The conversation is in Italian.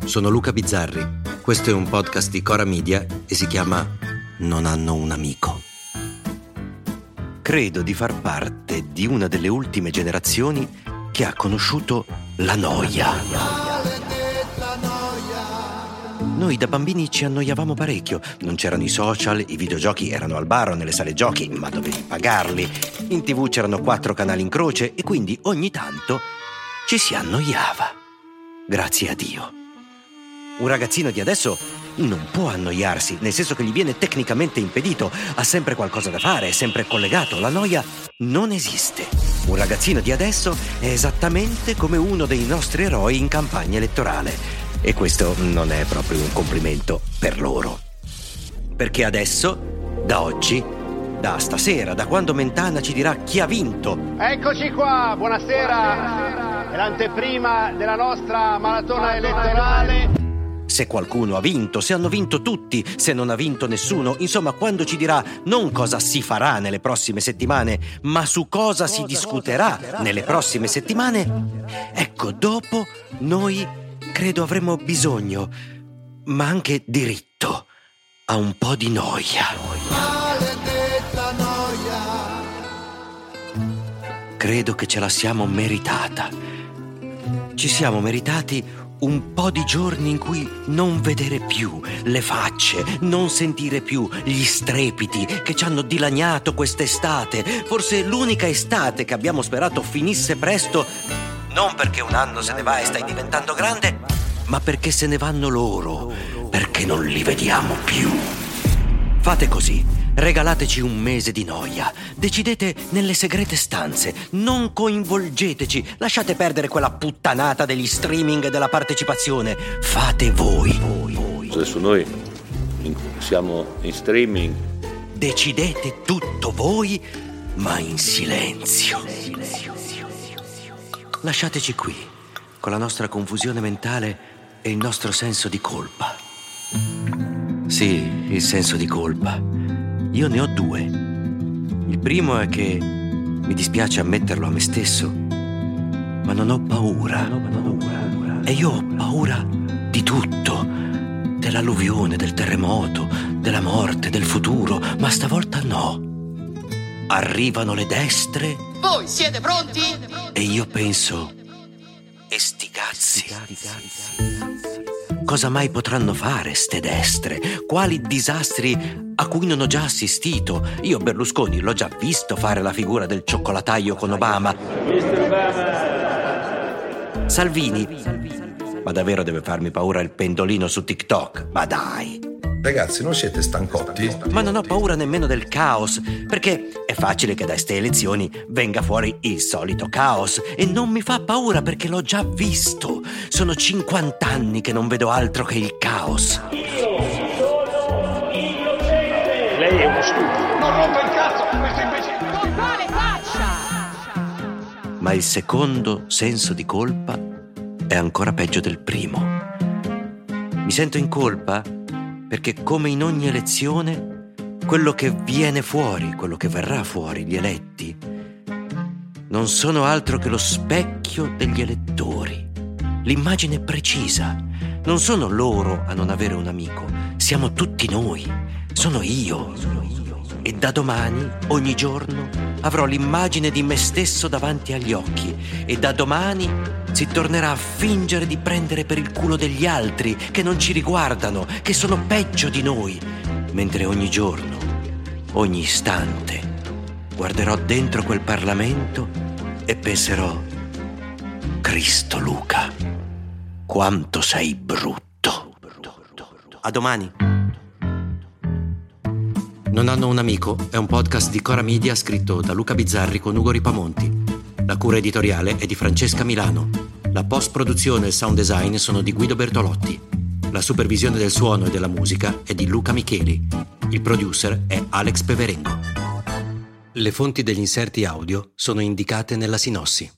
sono Luca Bizzarri. Questo è un podcast di Cora Media e si chiama Non hanno un amico. Credo di far parte di una delle ultime generazioni che ha conosciuto la noia. Noi da bambini ci annoiavamo parecchio. Non c'erano i social, i videogiochi erano al bar o nelle sale giochi, ma dovevi pagarli. In TV c'erano 4 canali in croce e quindi ogni tanto ci si annoiava. Grazie a Dio. Un ragazzino di adesso non può annoiarsi, nel senso che gli viene tecnicamente impedito. Ha sempre qualcosa da fare, è sempre collegato. La noia non esiste. Un ragazzino di adesso è esattamente come uno dei nostri eroi in campagna elettorale. E questo non è proprio un complimento per loro. Perché adesso, da oggi, da stasera, da quando Mentana ci dirà chi ha vinto. Eccoci qua, buonasera. È l'anteprima della nostra maratona elettorale. Se qualcuno ha vinto, se hanno vinto tutti, se non ha vinto nessuno, insomma, quando ci dirà non cosa si farà nelle prossime settimane, ma su cosa si discuterà nelle prossime settimane, ecco, dopo noi credo avremo bisogno, ma anche diritto, a un po' di noia. Maledetta noia. Credo che ce la siamo meritata. Ci siamo meritati un po' di giorni in cui non vedere più le facce, non sentire più gli strepiti che ci hanno dilaniato quest'estate, forse l'unica estate che abbiamo sperato finisse presto, non perché un anno se ne va e stai diventando grande, ma perché se ne vanno loro, perché non li vediamo più. Fate così, regalateci un mese di noia, decidete nelle segrete stanze, non coinvolgeteci, lasciate perdere quella puttanata degli streaming e della partecipazione, fate voi. Adesso noi siamo in streaming. Decidete tutto voi, ma in silenzio. Lasciateci qui, con la nostra confusione mentale e il nostro senso di colpa. Sì, il senso di colpa. Io ne ho 2. Il primo è che mi dispiace ammetterlo a me stesso, ma non ho paura. E io ho paura di tutto. Dell'alluvione, del terremoto, della morte, del futuro, ma stavolta no. Arrivano le destre. Voi siete pronti? E io penso, e sti cazzi. Cosa mai potranno fare ste destre? Quali disastri a cui non ho già assistito? Io Berlusconi l'ho già visto fare la figura del cioccolataio con Obama. Salvini. Ma davvero deve farmi paura il pendolino su TikTok? Ma dai! Ragazzi, non siete stancotti? Ma non ho paura nemmeno del caos, perché è facile che da ste elezioni venga fuori il solito caos e non mi fa paura perché l'ho già visto. Sono 50 anni che non vedo altro che il caos. Lei è uno stupido. Non rompa il cazzo con questo imbecille. Con quale faccia? Ma il secondo senso di colpa è ancora peggio del primo. Mi sento in colpa perché, come in ogni elezione, quello che viene fuori, quello che verrà fuori, gli eletti, non sono altro che lo specchio degli elettori. L'immagine precisa. Non sono loro a non avere un amico, siamo tutti noi. Sono io. E da domani, ogni giorno, avrò l'immagine di me stesso davanti agli occhi. E da domani si tornerà a fingere di prendere per il culo degli altri che non ci riguardano, che sono peggio di noi. Mentre ogni giorno, ogni istante, guarderò dentro quel Parlamento e penserò: Cristo Luca, quanto sei brutto. A domani. Non hanno un amico è un podcast di Cora Media scritto da Luca Bizzarri con Ugo Ripamonti. La cura editoriale è di Francesca Milano. La post-produzione e il sound design sono di Guido Bertolotti. La supervisione del suono e della musica è di Luca Micheli. Il producer è Alex Peverengo. Le fonti degli inserti audio sono indicate nella sinossi.